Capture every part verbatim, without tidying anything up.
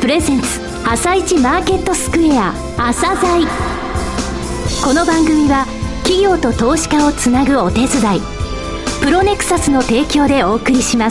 プレゼンツ朝一マーケットスクエア朝鮮。この番組は企業と投資家をつなぐお手伝いプロネクサスの提供でお送りします。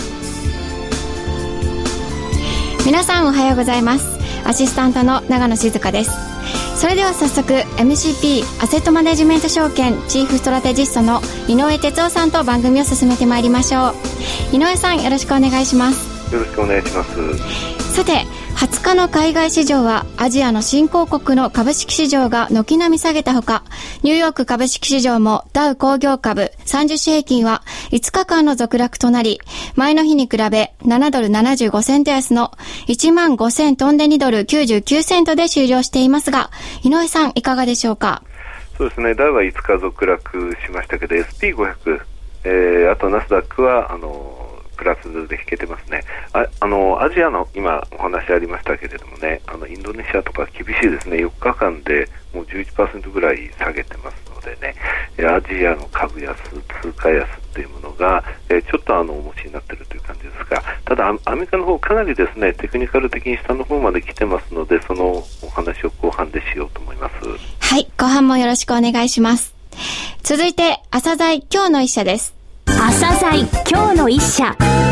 皆さんおはようございます。アシスタントの長野静香です。それでは早速 エムシーピー アセットマネジメント証券チーフストラテジストの井上哲夫さんと番組を進めてまいりましょう。井上さん、よろしくお願いします。 よろしくお願いします。 さて、はつかの海外市場はアジアの新興国の株式市場が軒並み下げたほか、ニューヨーク株式市場もダウ工業株さんじゅう種平均はいつかかんの続落となり、前の日に比べななドルななじゅうごセント安の いちまんごせん飛んでにドルきゅうじゅうきゅうセントで終了していますが、井上さん、いかがでしょうか。 そうですね、ダウはいつか続落しましたけど エスピーごひゃく、えー、あとナスダックはあのプラスで引けてますね。ああのアジアの今お話ありましたけれどもね、あのインドネシアとか厳しいですね。よっかかんでもう じゅういちパーセント ぐらい下げてますのでね、アジアの株安、通貨安っていうものが、えちょっとあのお持ちになっているという感じですが、ただアメリカの方かなりですねテクニカル的に下の方まで来てますので、そのお話を後半でしようと思います。 はい、後半もよろしくお願いします。続いて朝鮮今日の一社です。 朝鮮今日の一社。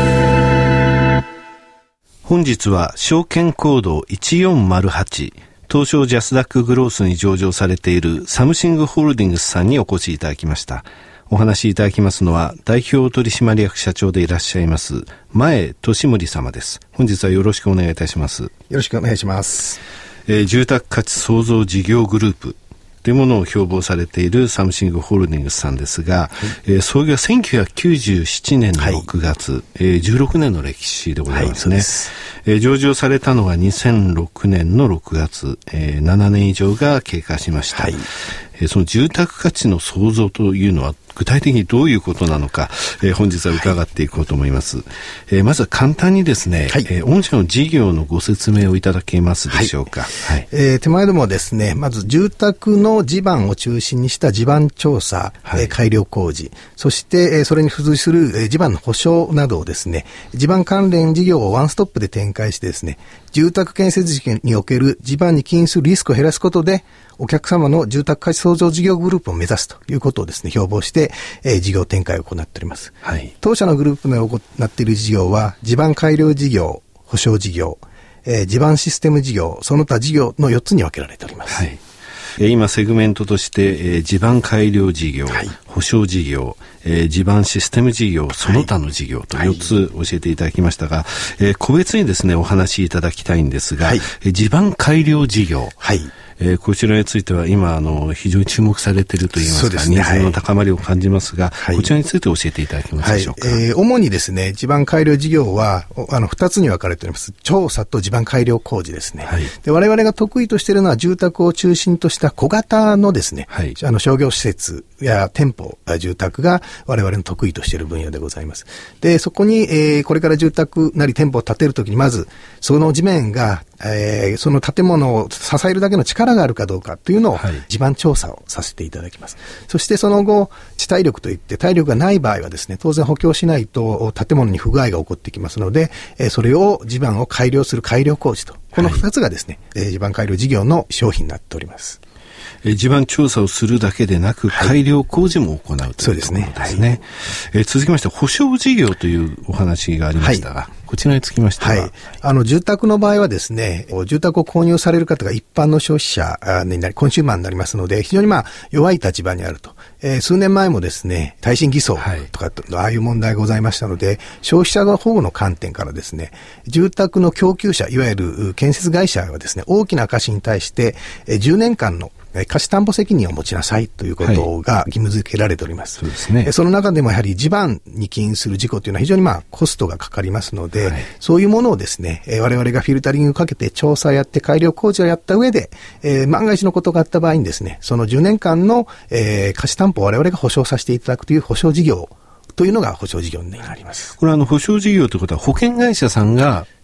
本日は証券コードいちよんまるはち、東証ジャスダックグロースに上場されているサムシングホールディングスさんにお越しいただきました。お話しいただきますのは代表取締役社長でいらっしゃいます前俊盛様です。本日はよろしくお願いいたします。 よろしくお願いします。 えー、住宅価値創造事業グループというものを標榜されているサムシングホールディングスさんですが、はい、えー、創業はせんきゅうひゃくきゅうじゅうななねんのろくがつ、はい、えー、じゅうろくねんの歴史でございますね。はい、えー、上場されたのがにせんろくねんのろくがつ、えー、ななねん以上が経過しました。はい、えー、その住宅価値の創造というのは具体的にどういうことなのか、えー、本日は伺っていこうと思います。はい、えー、まずは簡単にですね、はい、えー、御社の事業のご説明をいただけますでしょうか。はいはい、 えー、手前どもですね、まず住宅の地盤を中心にした地盤調査、はい、えー、改良工事、そして、えー、それに付随する、えー、地盤の保証などをですね、地盤関連事業をワンストップで展開してですね、住宅建設時における地盤に起因するリスクを減らすことで、お客様の住宅価値創造事業グループを目指すということをですね、標榜して、えー、事業展開を行っております。はい、当社のグループで行っている事業は、地盤改良事業、保証事業、えー、地盤システム事業、その他事業のよっつに分けられております。はい、 えー、今セグメントとして、えー、地盤改良事業、はい、保証事業、えー、地盤システム事業、その他の事業とよっつ教えていただきましたが、はい、えー、個別にですねお話しいただきたいんですが、はい、えー、地盤改良事業、はい、えー、こちらについては今あの非常に注目されているといいますか、ニーズの高まりを感じますが、はい、こちらについて教えていただけますでしょうか。 はい、えー、主にですね地盤改良事業はあのふたつに分かれております。調査と地盤改良工事ですね。はい、で我々が得意としているのは住宅を中心とした小型のですね、はい、あの商業施設や店舗、住宅が我々の得意としている分野でございます。でそこに、えー、これから住宅なり店舗を建てるときにまずその地面がえー、その建物を支えるだけの力があるかどうかというのを地盤調査をさせていただきます。はい、そしてその後地体力といって体力がない場合はですね当然補強しないと建物に不具合が起こってきますので、えー、それを地盤を改良する改良工事とこのふたつがですね、はい、えー、地盤改良事業の商品になっております。 えー、地盤調査をするだけでなく、はい、改良工事も行うということですね。そうですね。はい、えー、続きまして保証事業というお話がありましたが、はい、こちらにつきましては、はい、 あの住宅の場合はですね住宅を購入される方が一般の消費者になりコンシューマーになりますので非常にまあ弱い立場にあると、えー、数年前もですね耐震偽装とか、はい、ああいう問題がございましたので消費者保護の観点からですね住宅の供給者いわゆる建設会社はですね大きな貸しに対してじゅうねんかんの貸し担保責任を持ちなさいということが義務付けられております。はい、そうですね。その中でもやはり地盤に起因する事故というのは非常にまあコストがかかりますので、はい、そういうものをですね、我々がフィルタリングをかけて調査をやって改良工事をやった上で、えー、万が一のことがあった場合にですね、そのじゅうねんかんの、えー、貸し担保を我々が保証させていただくという保証事業というのが保証事業になります。 これはあの保証事業ということは保険会社さんが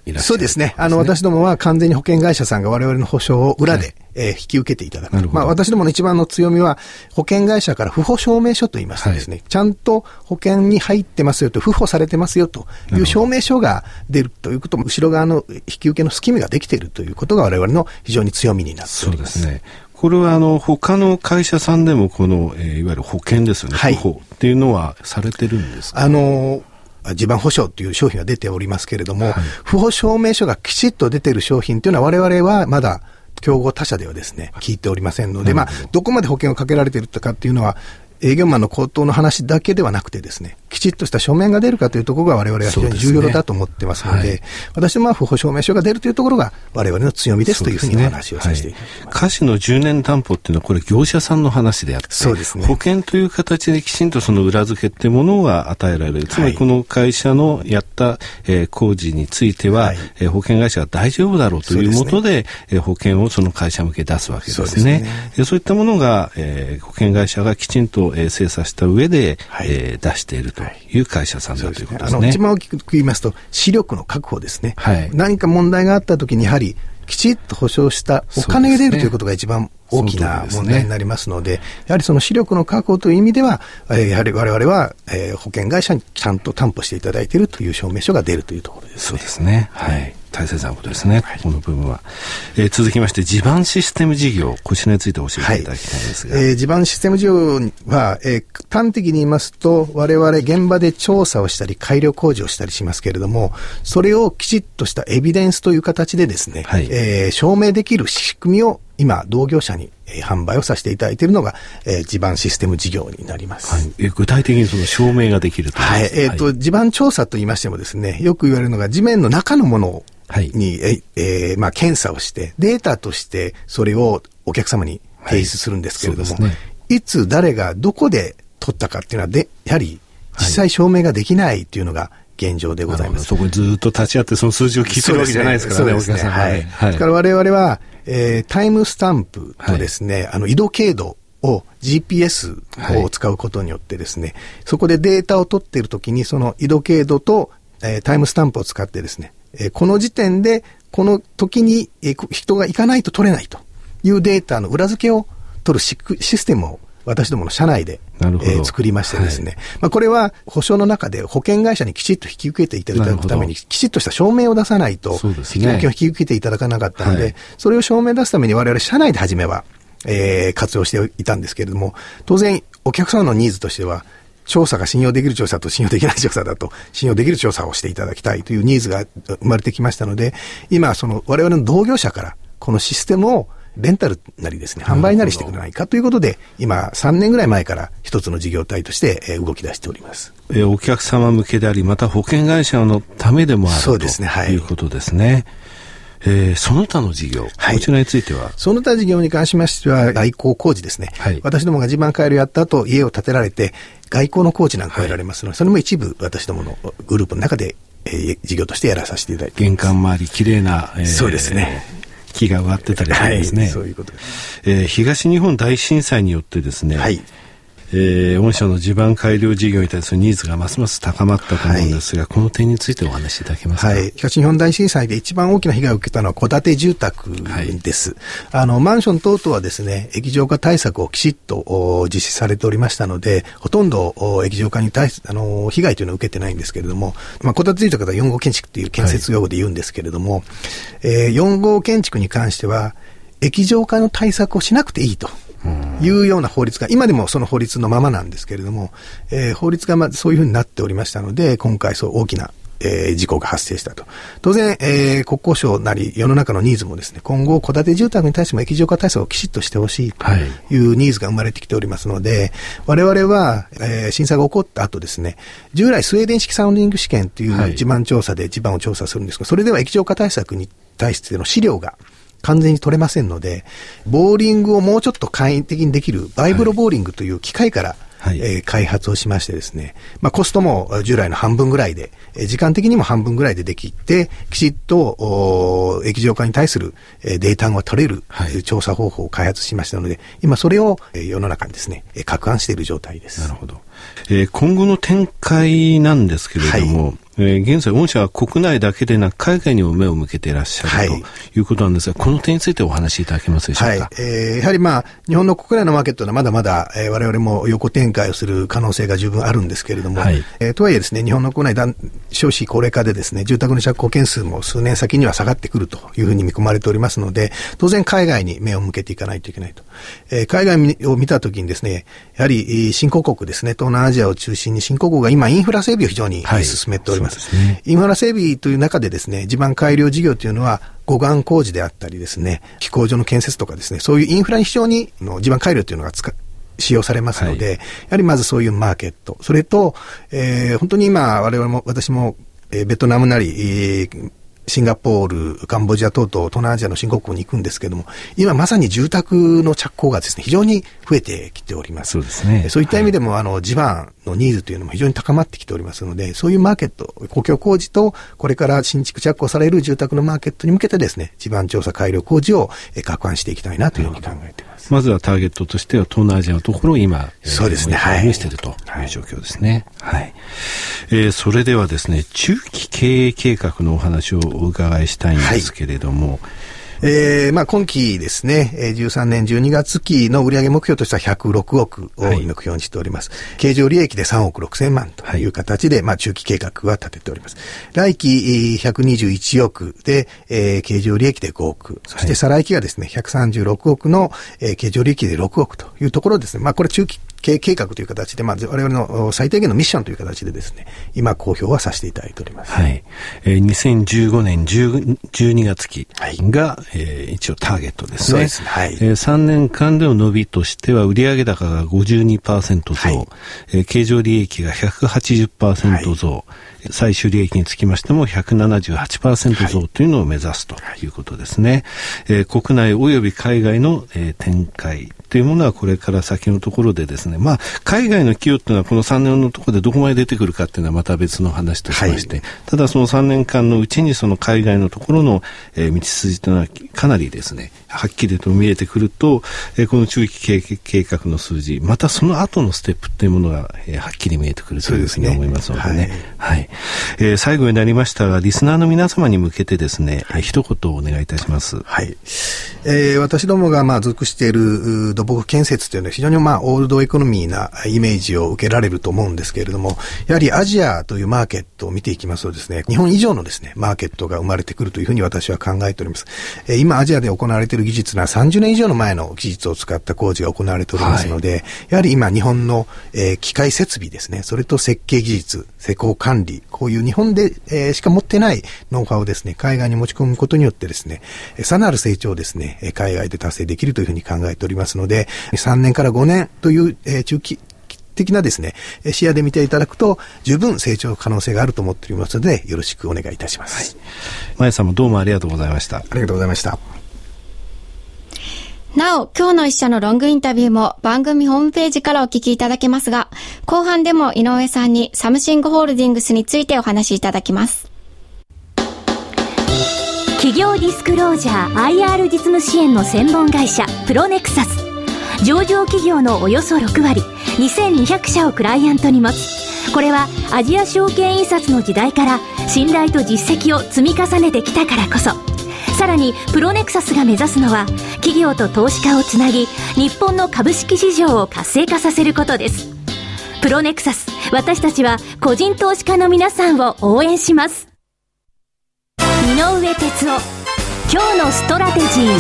いらっしゃる、 そうですね。あの、私どもは完全に保険会社さんが我々の保証を裏で、はい、えー、引き受けていただく。まあ、私どもの一番の強みは、保険会社から不保証明書といいましてですね、はい、ちゃんと保険に入ってますよと、不保されてますよという証明書が出るということも、後ろ側の引き受けの隙間ができているということが我々の非常に強みになっております。 そうですね。これはあの他の会社さんでもこの、えー、いわゆる保険ですよね、はい、不保っていうのはされてるんですか？ あの地盤保証という商品は出ておりますけれども、はい、不保証明書がきちっと出ている商品というのは我々はまだ競合他社ではですね聞いておりませんので、まあ、どこまで保険をかけられているかっていうのは営業マンの口頭の話だけではなくてですね、きちっとした書面が出るかというところが我々は非常に重要だと思ってますので、でね、はい、私どもは不保証明書が出るというところが我々の強みですというふうにお話をさせていただきます。 はい、瑕疵のじゅうねん担保っていうのはこれ業者さんの話であって、 そうですね、 保険という形できちんとその裏付けっていうものが与えられる。つまりこの会社のやった、えー、工事については、はい、えー、保険会社は大丈夫だろうというもとで、えー、保険をその会社向け出すわけですね。そうですね。で、そういったものが、えー、保険会社がきちんと、えー、精査した上で、はい、えー、出しているという会社さんだ、はい、ということですね。 あの一番大きく言いますと視力の確保ですね、 はい、 何か問題があったときにやはりきちっと保証したお金が出るということが一番大きな問題になりますので、やはりその視力の確保という意味では、やはり我々は、えー、保険会社にちゃんと担保していただいているという証明書が出るというところですね。 そうですね。はい。大切なことですね。はい、この部分は、えー。続きまして、地盤システム事業、こちらについて教えていただきたいんですが。 はい、えー、地盤システム事業は、えー、端的に言いますと、我々現場で調査をしたり、改良工事をしたりしますけれども、それをきちっとしたエビデンスという形でですね、はい、えー、証明できる仕組みを今、同業者に、えー、販売をさせていただいているのが、えー、地盤システム事業になります。 はい、えー、具体的にその証明ができるという。 はい。えっ、ー、と、はい、地盤調査と言いましてもですね、よく言われるのが地面の中のものをに、はい、ええー、まあ、検査をしてデータとしてそれをお客様に提出するんですけれども、はい、ね、いつ誰がどこで取ったかっていうのはでやはり実際証明ができないっていうのが現状でございます。 そこにずっと立ち会ってその数字を聞いてるわけじゃないですからね、お客さんが、ね。はい。 はい、だから我々は、えー、タイムスタンプとですね、はい、あの緯度経度を ジーピーエス を使うことによってですね、はい、そこでデータを取っているときにその緯度経度と、えー、タイムスタンプを使ってですね、えー、この時点でこの時に、えー、人が行かないと取れないというデータの裏付けを取るシステムを私どもの社内で、えー、作りましてですね、はい、まあ、これは保証の中で保険会社にきちっと引き受けていただくためにきちっとした証明を出さないと、引き受けを引き受けていただかなかったので、はい、それを証明出すために我々社内で初めは、えー、活用していたんですけれども、当然お客様のニーズとしては調査が信用できる調査と信用できない調査だと信用できる調査をしていただきたいというニーズが生まれてきましたので、今その我々の同業者からこのシステムをレンタルなりですね、販売なりしてくれないかということで、今さんねんぐらい前から一つの事業体として動き出しております。 えお客様向けであり、また保険会社のためでもあるそうですね、はい、ということですね。えー、その他の事業、はい、こちらについてはその他事業に関しましては外交工事ですね、はい、私どもが地盤改良やった後家を建てられて外交の工事なんかをやられますので、はい、それも一部私どものグループの中で、えー、事業としてやらさせていただいています。 玄関周りきれいな、えー、 そうですね、 木が植わってたりするんですね、 はい、そういうことです、 えー、東日本大震災によってですね、はい、えー、御社の地盤改良事業に対するニーズがますます高まったと思うんですが、はい、この点についてお話しいただけますか。 はい、東日本大震災で一番大きな被害を受けたのは戸建て住宅です、はい、あのマンション等々はですね液状化対策をきちっと実施されておりましたので、ほとんど液状化に対すあの被害というのは受けてないんですけれども、まあ、戸建て住宅はよん号建築という建設用語で言うんですけれども、はい、えー、よん号建築に関しては液状化の対策をしなくていいというような法律が、今でもその法律のままなんですけれども、えー、法律がまずそういうふうになっておりましたので、今回そう大きな、えー、事故が発生したと。当然、えー、国交省なり世の中のニーズもですね、今後戸建て住宅に対しても液状化対策をきちっとしてほしいというニーズが生まれてきておりますので、我々は、えー、震災が起こった後ですね、従来スウェーデン式サウンディング試験という地盤調査で地盤を調査するんですが、それでは液状化対策に対しての資料が完全に取れませんので、ボーリングをもうちょっと簡易的にできるバイブロボーリングという機械から、はい、えー、開発をしましてですね、まあ、コストも従来の半分ぐらいで、えー、時間的にも半分ぐらいでできて、きちっと液状化に対する、えー、データが取れる、はい、調査方法を開発しましたので、今それを、えー、世の中にですね、えー、拡販している状態です。 なるほど。 えー、今後の展開なんですけれども、はい、えー、現在御社は国内だけでなく海外にも目を向けていらっしゃる、はい、ということなんですが、この点についてお話しいただけますでしょうか。 はい、えー、やはりまあ日本の国内のマーケットはまだまだ、えー、我々も横展開をする可能性が十分あるんですけれども、はい、えー、とはいえですね、日本の国内少子高齢化でですね、住宅の着工件数も数年先には下がってくるというふうに見込まれておりますので、当然海外に目を向けていかないといけないと。えー、海外を見たときにですね、やはり新興国ですね、東南アジアを中心に新興国が今インフラ整備を非常に進めております。はい、そうですね。インフラ整備という中でですね、地盤改良事業というのは護岸工事であったりですね、飛行場の建設とかですね、そういうインフラに非常にの地盤改良というのが使使用されますので、はい、やはりまずそういうマーケット、それと、えー、本当に今我々も私も、えー、ベトナムなり、えーシンガポール、カンボジア等々東南アジアの新興国に行くんですけれども、今まさに住宅の着工がですね、非常に増えてきております。 そうですね。 そういった意味でも、はい、あの地盤のニーズというのも非常に高まってきておりますので、そういうマーケット、公共工事とこれから新築着工される住宅のマーケットに向けてですね、地盤調査改良工事を拡販していきたいなというふうに考えています。 まずはターゲットとしては東南アジアのところを今、 そうですね、 はい、しているという状況ですね。はい。はい、えー、それではですね、中期経営計画のお話をお伺いしたいんですけれども、はい、 えー、まあ今期ですね、じゅうさんねんじゅうにがつ期の売上目標としてはひゃくろくおくを目標にしております。はい、経常利益でさんおくろくせんまんという形で、はい、まあ中期計画は立てております。来期ひゃくにじゅういちおくで、えー、経常利益でごおく、そして再来期がですね、ひゃくさんじゅうろくおくの、えー、経常利益でろくおくというところですね。まあこれ中期経営計画という形で、まあ、我々の最低限のミッションという形でですね、今公表はさせていただいております。 はい。えー、にせんじゅうごねんじゅうにがつ期が、はい、えー、一応ターゲットですね。 そうですね。はい。 えー、さんねんかんでの伸びとしては、売上高が ごじゅうにパーセント 増、はい、えー、経常利益が ひゃくはちじゅっパーセント 増、はい、最終利益につきましても ひゃくななじゅうはちパーセント 増というのを目指すということですね。はい、えー、国内及び海外の、えー、展開というものはこれから先のところでですね、まあ海外の企業っていうのはこのさんねんのところでどこまで出てくるかっていうのはまた別の話としまして、はい、ただそのさんねんかんのうちにその海外のところの、えー、道筋というのはかなりですね、はっきりと見えてくると、えー、この中期経営計画の数字、またその後のステップっていうものが、えー、はっきり見えてくるというふうに思いますのでね。はい。はい、えー、最後になりましたが、リスナーの皆様に向けてですね、はい、一言お願いいたします。 はい。えー、私どもがまあ属している土木建設というのは非常にまあオールドエコノミーなイメージを受けられると思うんですけれども、やはりアジアというマーケットを見ていきますとですね、日本以上のですね、マーケットが生まれてくるというふうに私は考えております。えー、今アジアで行われている技術はさんじゅうねん以上の前の技術を使った工事が行われておりますので、はい、やはり今日本の、えー、機械設備ですね、それと設計技術、施工管理、こういう日本で、えー、しか持ってないノウハウをですね、海外に持ち込むことによってですね、さらなる成長をですね、海外で達成できるというふうに考えておりますので、さんねんからごねんという、えー、中期的なですね、視野で見ていただくと十分成長可能性があると思っておりますので、よろしくお願いいたします。 はい、まやさんもどうもありがとうございました。 ありがとうございました。 なお、今日の一社のロングインタビューも番組ホームページからお聞きいただけますが、後半でも井上さんにサムシングホールディングスについてお話しいただきます。 企業ディスクロージャー アイアール 実務支援の専門会社プロネクサス。上場企業のおよそろくわり、にせんにひゃくしゃをクライアントに持つ。これはアジア証券印刷の時代から信頼と実績を積み重ねてきたからこそ。さらにプロネクサスが目指すのは企業と投資家をつなぎ、日本の株式市場を活性化させることです。プロネクサス、私たちは個人投資家の皆さんを応援します。井上哲夫、今日のストラテジー。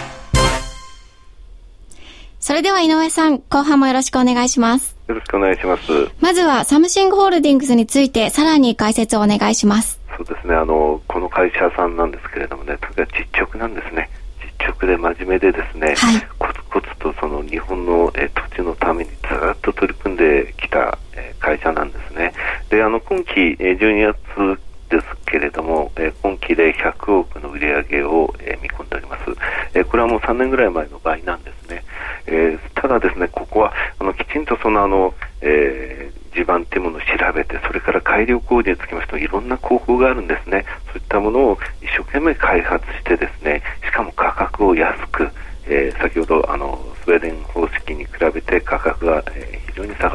それでは井上さん、後半もよろしくお願いします。 よろしくお願いします。 まずはサムシングホールディングスについてさらに解説をお願いします。 そうですね、あのこの会社さんなんですけれどもね、とにかく実直なんですね。実直で真面目でですね、はい、コツコツとその日本のえ土地のためにずっと取り組んできたえ会社なんですね。で、あの今期えじゅうにがつですけれども、え今期でひゃくおくの売上をえ見込んでおります。えこれはもうさんねんぐらい前の倍なんですね。えー、ただですね、ここはあのきちんとそのあの、えー地盤というものを調べて、それから改良工事につきましてもいろんな工法があるんですね。そういったものを一生懸命開発してですね、しかも価格を安く、えー、先ほどあのスウェーデン方式に比べて価格が、えー、非常に下がっ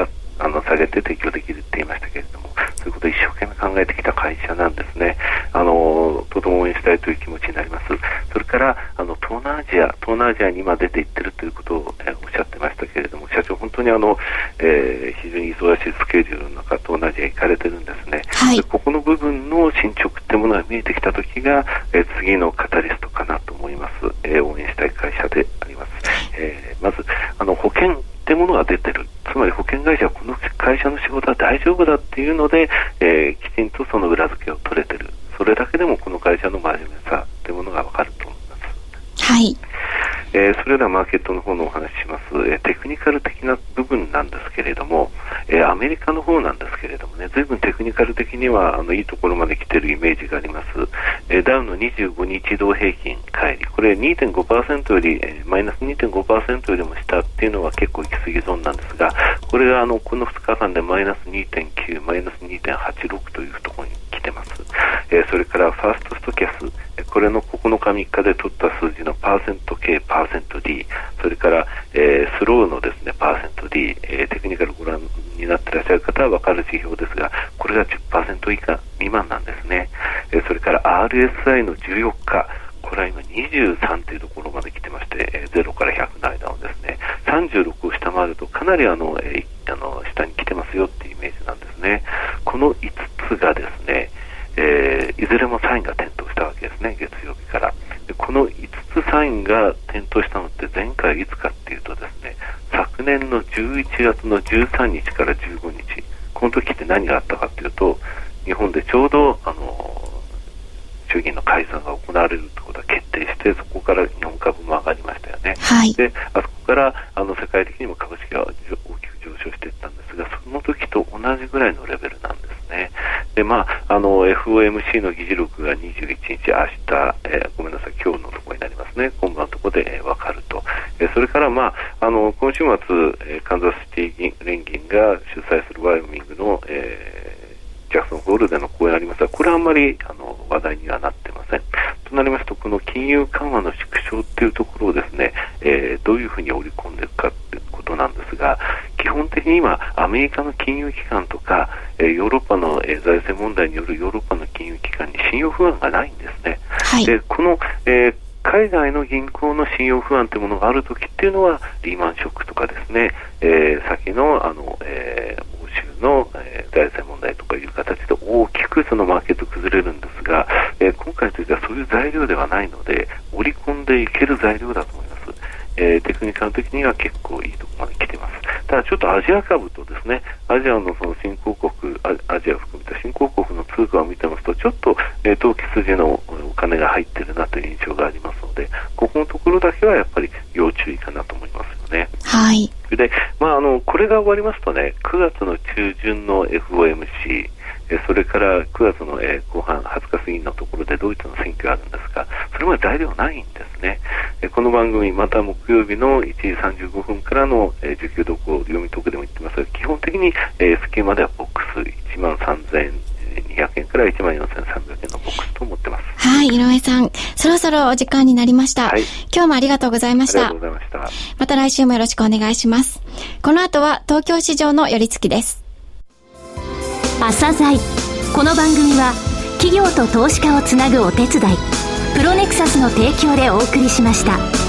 あの下げて提供できるって言いましたけれども、そういうことを一生懸命考えてきた会社なんですね。あのとても応援したいという気持ちになります。それからあの東南アジア東南アジアに今出ていってるということを、えー、おっしゃってましたけれども、社長本当にあの、えー、非常に忙しいスケジュールの中東南アジア行かれてるんですね、 はい、 でここの部分の進捗ってものが見えてきた時が、えー、次のカタリストかなと思います。えー、応援したい会社であります。えー、まずあの保険ってものが出てる、つまり保険会社はこの会社の仕事は大丈夫だっていうので、えー、きちんとその裏付けを取れてる、それだけでもこの会社の真面目さってものが分かると思います。 はい、 えー、それではマーケットの方のお話しします。えー、テクニカル的な部分なんですけれども、えー、アメリカの方なんですけれどもね、随分テクニカル的にはあのいいところまで来ているイメージがあります。えー、ダウのにじゅうごにち移動平均乖離、これ にてんごパーセント より、えー、マイナス にてんごパーセント よりも下っていうのは結構行き過ぎ損なんですが、これがあのこのふつかかんでマイナス にてんきゅう、マイナス にてんはちろく というところに来てます。えー、それからファーストストキャス、これのここのかみっかで取った数字のパーセント K、パーセント D、それから、えー、スローのですねパーセント D、えー、テクニカルご覧になっていらっしゃる方は分かる指標ですが、これが じゅっパーセント 以下未満なんですね。えー、それから アールエスアイ のじゅうよっか、これは今にじゅうさんというところまで来てまして、えー、ゼロからひゃくの間をですねさんじゅうろくを下回るとかなりあの、えー、あの下に来てますよっていうイメージなんですね。このいつつがですね、えー、いずれもサインが点灯したわけですね、月曜日から。でこのいつつサインが点灯したのって前回いつかっていうとですね、昨年のじゅういちがつのじゅうさんにちからじゅうごにち、この時って何があったかっていうと、日本でちょうどあの衆議院の解散が行われるということが決定して、そこから日本株も上がりましたよね。 はい、 であそこからあの世界的にも株式が大きく上昇していったんですが、その時と同じぐらいのレベルなんですね。でまあ、あの エフオーエムシー の議事録がにじゅういちにち、明日、えー、ごめんなさい今日のところになりますね、今晩のところで、えー、分かると。えー、それから、まあ、あの今週末、えー、カンザスシティ連銀が主催するワイオミングの、えー、ジャクソンホールでの講演ありますが、これはあんまりあの話題にはなってません。となりますと、この金融緩和の縮小っていうところをですね、えー、どういうふうに織り込んでいくかっていうことなんですが、基本的に今アメリカの金融機関とか、えー、ヨーロッパの、えー、財政問題によるヨーロッパの金融機関に信用不安がないんですね。 はい、 でこの、えー海外の銀行の信用不安というものがあるときっていうのはリーマンショックとかですね、えー、先のあの、えー、欧州の、えー、財政問題とかいう形で大きくそのマーケット崩れるんですが、えー、今回としてはそういう材料ではないので織り込んでいける材料だと思います。えー、テクニカル的には結構いいところまで来ています。ただちょっとアジア株とですね、アジアのその新興国、アジアを含めた新興国の通貨を見てますと、ちょっと、えー、投機筋のお金が入っているなという印象がありますので、ここのところだけはやっぱり要注意かなと思いますよね。 はい。 で、まあ、あのこれが終わりますとね、くがつの中旬の エフオーエムシー、えそれからくがつの、えー、後半はつか過ぎのところでドイツの選挙があるんですが、それまで材料ないんですね。えこの番組また木曜日のいちじさんじゅうごふんからの、えー、需給動向読み解くでも言ってますが、基本的に、えー、スキーまではボックスいちまんさんぜんにひゃくえんからいちまんよんせんさんびゃくえんのボックスと思ってます。 はい、井上さん、そろそろお時間になりました。はい、今日もありがとうございました。 ありがとうございました。 また来週もよろしくお願いします。この後は東京市場の寄り付きです。 朝鮮、この番組は企業と投資家をつなぐお手伝い、プロネクサスの提供でお送りしました。